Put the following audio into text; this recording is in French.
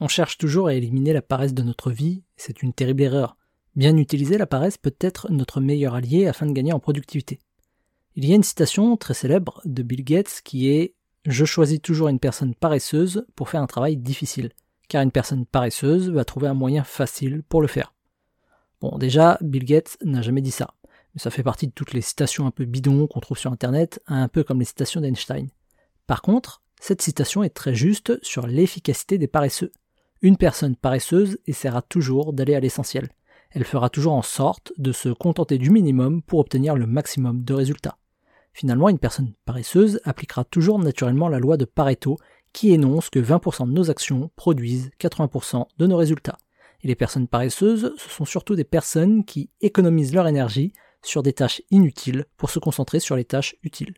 On cherche toujours à éliminer la paresse de notre vie, et c'est une terrible erreur. Bien utiliser la paresse peut être notre meilleur allié afin de gagner en productivité. Il y a une citation très célèbre de Bill Gates qui est « Je choisis toujours une personne paresseuse pour faire un travail difficile, car une personne paresseuse va trouver un moyen facile pour le faire. » Bon, déjà, Bill Gates n'a jamais dit ça, mais ça fait partie de toutes les citations un peu bidons qu'on trouve sur Internet, un peu comme les citations d'Einstein. Par contre, cette citation est très juste sur l'efficacité des paresseux. Une personne paresseuse essaiera toujours d'aller à l'essentiel. Elle fera toujours en sorte de se contenter du minimum pour obtenir le maximum de résultats. Finalement, une personne paresseuse appliquera toujours naturellement la loi de Pareto qui énonce que 20% de nos actions produisent 80% de nos résultats. Et les personnes paresseuses, ce sont surtout des personnes qui économisent leur énergie sur des tâches inutiles pour se concentrer sur les tâches utiles.